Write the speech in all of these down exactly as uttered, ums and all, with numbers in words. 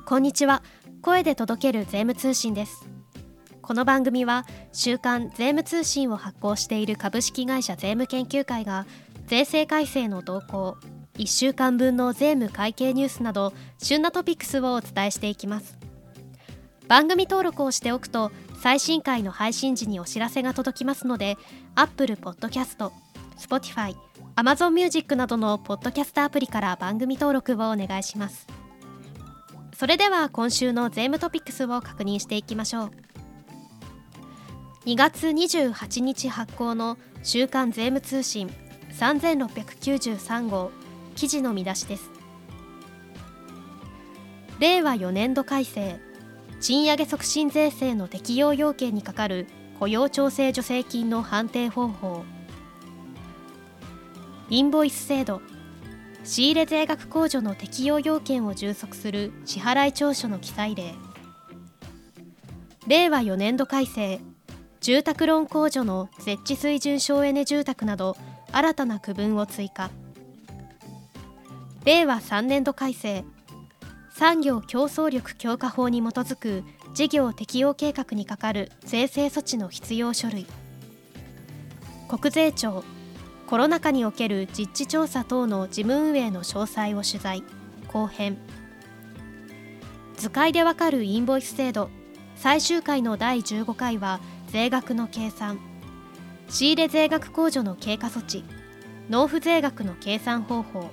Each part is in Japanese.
こんにちは。声で届ける税務通信です。この番組は週刊税務通信を発行している株式会社税務研究会が税制改正の動向、いっしゅうかんぶんの税務会計ニュースなど旬なトピックスをお伝えしていきます。番組登録をしておくと最新回の配信時にお知らせが届きますので、 Apple Podcast、Spotify、Amazon Music などのポッドキャストアプリから番組登録をお願いします。それでは今週の税務トピックスを確認していきましょう。にがつにじゅうはちにち発行の週刊税務通信さんぜんろっぴゃくきゅうじゅうさんごう、記事の見出しです。れいわよねんど改正、賃上げ促進税制の適用要件にかかる雇用調整助成金の判定方法。インボイス制度、仕入税額控除の適用要件を充足する支払い調書の記載例。れいわよねんど改正、住宅ローン控除の絶地水準省エネ住宅など新たな区分を追加。れいわさんねんど改正、産業競争力強化法に基づく事業適用計画に係る税制措置の必要書類。国税庁、コロナ禍における実地調査等の事務運営の詳細を取材後編。図解でわかるインボイス制度、最終回のだいじゅうごかいは税額の計算、仕入税額控除の経過措置、納付税額の計算方法。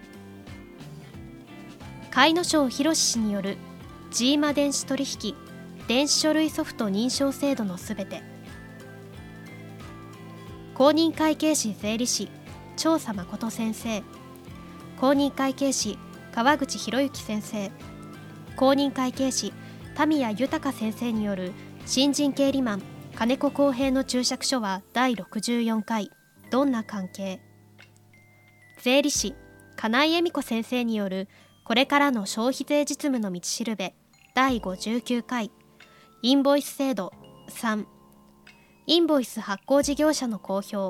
甲斐野省宏氏によるジーマ電子取引電子書類ソフト認証制度のすべて。公認会計士税理士長佐誠先生、公認会計士川口博之先生、公認会計士田宮豊先生による新人経理マン金子公平の注釈書はだいろくじゅうよんかい、どんな関係。税理士金井恵美子先生によるこれからの消費税実務の道しるべだいごじゅうきゅうかい、インボイス制度さん、インボイス発行事業者の公表。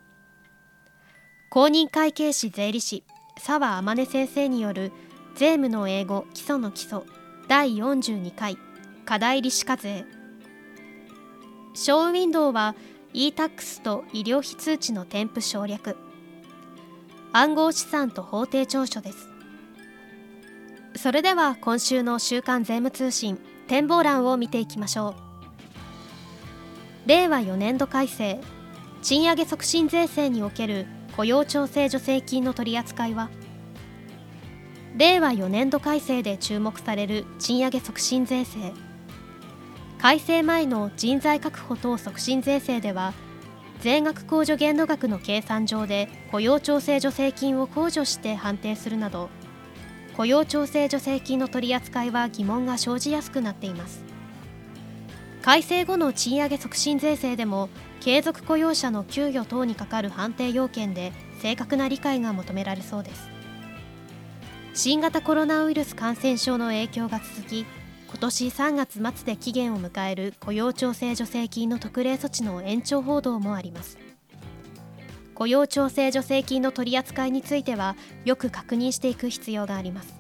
公認会計士税理士澤天音先生による税務の英語基礎の基礎だいよんじゅうにかい、課題利子課税。ショーウィンドウは イータックス と医療費通知の添付省略。暗号資産と法定調書です。それでは今週の週刊税務通信展望欄を見ていきましょう。れいわよねんど改正、賃上げ促進税制における雇用調整助成金の取り扱いは。れいわよねんど改正で注目される賃上げ促進税制。改正前の人材確保等促進税制では、税額控除限度額の計算上で雇用調整助成金を控除して判定するなど、雇用調整助成金の取り扱いは疑問が生じやすくなっています。改正後の賃上げ促進税制でも、継続雇用者の給与等にかかる判定要件で正確な理解が求められそうです。新型コロナウイルス感染症の影響が続き、今年さんがつまつで期限を迎える雇用調整助成金の特例措置の延長報道もあります。雇用調整助成金の取り扱いについてはよく確認していく必要があります。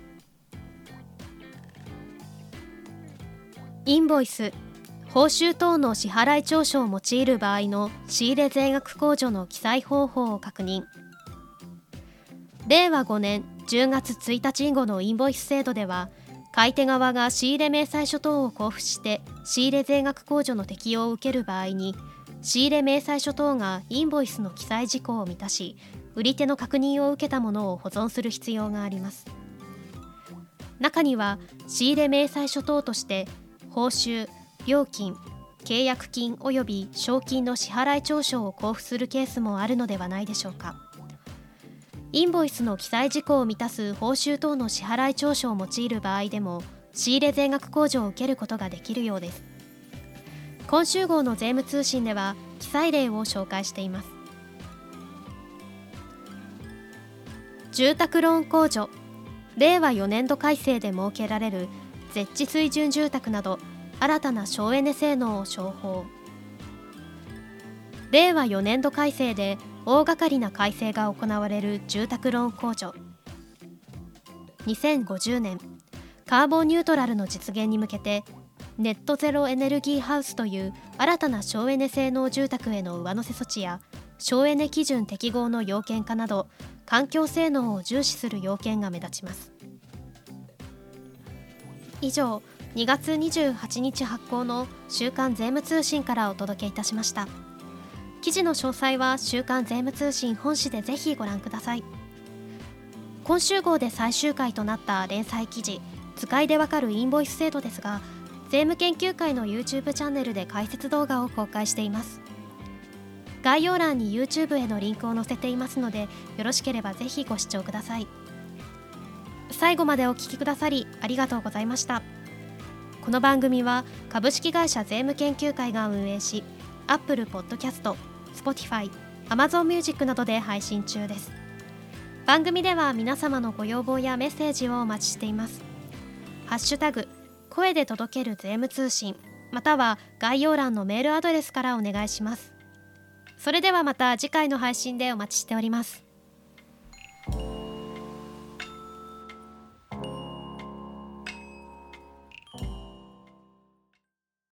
インボイス、報酬等の支払い調書を用いる場合の仕入税額控除の記載方法を確認。れいわごねんじゅうがつついたち以後のインボイス制度では、買い手側が仕入明細書等を交付して仕入税額控除の適用を受ける場合に、仕入明細書等がインボイスの記載事項を満たし、売り手の確認を受けたものを保存する必要があります。中には仕入明細書等として報酬、料金、契約金及び賞金の支払い調書を交付するケースもあるのではないでしょうか。インボイスの記載事項を満たす報酬等の支払い調書を用いる場合でも、仕入税額控除を受けることができるようです。今週号の税務通信では記載例を紹介しています。住宅ローン控除、れいわよねんど改正で設けられる絶地水準住宅など新たな省エネ性能を商法。れいわよねんど改正で大掛かりな改正が行われる住宅ローン控除。にせんごじゅうねん、 カーボンニュートラルの実現に向けてネットゼロエネルギーハウスという新たな省エネ性能住宅への上乗せ措置や省エネ基準適合の要件化など環境性能を重視する要件が目立ちます。以上、にがつにじゅうはちにち発行の週刊税務通信からお届けいたしました。記事の詳細は週刊税務通信本誌でぜひご覧ください。今週号で最終回となった連載記事図解でわかるインボイス制度ですが、税務研究会の YouTube チャンネルで解説動画を公開しています。概要欄に YouTube へのリンクを載せていますので、よろしければぜひご視聴ください。最後までお聞きくださりありがとうございました。この番組は株式会社税務研究会が運営し、Apple Podcast、Spotify、Amazon Music などで配信中です。番組では皆様のご要望やメッセージをお待ちしています。ハッシュタグ声で届ける税務通信、または概要欄のメールアドレスからお願いします。それではまた次回の配信でお待ちしております。